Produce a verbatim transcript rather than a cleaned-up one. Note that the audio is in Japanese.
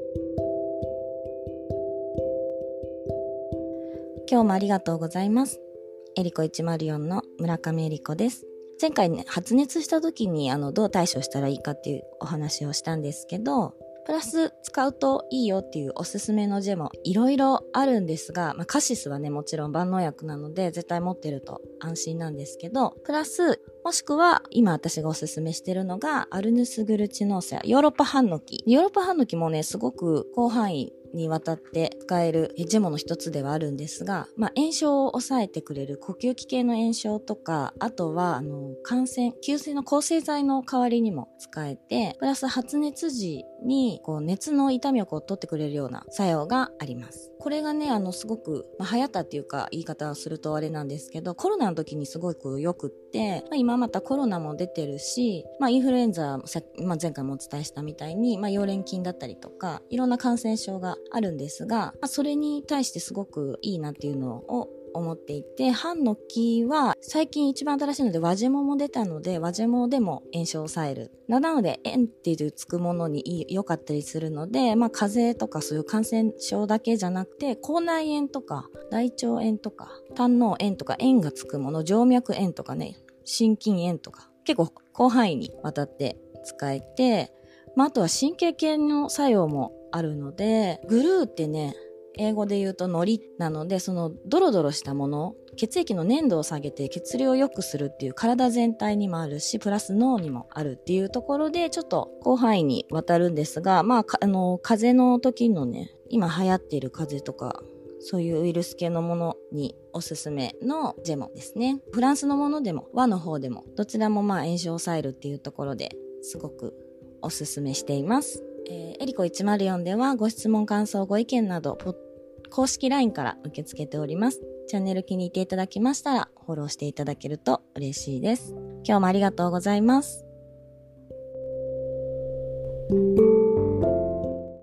今日もありがとうございます。エリコいちまるよんの村上エリコです。前回ね、発熱した時にあのどう対処したらいいかっていうお話をしたんですけど、プラス使うといいよっていうおすすめのジェもいろいろあるんですが、まあ、カシスはねもちろん万能薬なので絶対持ってると安心なんですけど、プラスもしくは今私がおすすめしてるのがアルヌスグルチノーセア、ヨーロッパハンノキ。ヨーロッパハンノキもねすごく広範囲にわたって使えるジェモの一つではあるんですが、まあ、炎症を抑えてくれる呼吸器系の炎症とか、あとはあの感染急性の抗生剤の代わりにも使えて、プラス発熱時にこう熱の痛みをこう取ってくれるような作用があります。これがねあのすごく、まあ、流行ったっていうか言い方をするとあれなんですけど、コロナの時にすごくよくって、まあ、今またコロナも出てるし、まあ、インフルエンザさ、まあ、前回もお伝えしたみたいに、まあ、溶連菌だったりとかいろんな感染症があるんですが、まあ、それに対してすごくいいなっていうのを思っていて、ハンノキは最近一番新しいのでワジェモも出たので、ワジェモでも炎症を抑えるなので炎っていうつくものに良かったりするので、まあ風邪とかそういう感染症だけじゃなくて、口内炎とか大腸炎とか胆の炎とか炎がつくもの、静脈炎とかね、心筋炎とか結構広範囲にわたって使えて、まあ、あとは神経系の作用もあるので、グルーってね英語で言うとノリなので、そのドロドロしたもの、血液の粘度を下げて血流を良くするっていう体全体にもあるし、プラス脳にもあるっていうところでちょっと広範囲にわたるんですが、まあ、あの風邪の時のね、今流行っている風邪とかそういうウイルス系のものにおすすめのジェモですね。フランスのものでも和の方でもどちらもまあ炎症を抑えるっていうところですごくおすすめしています。えー、エリコいちまるよんではご質問感想ご意見など公式 ライン から受け付けております。チャンネル気に入っていただけましたらフォローしていただけると嬉しいです。今日もありがとうございます。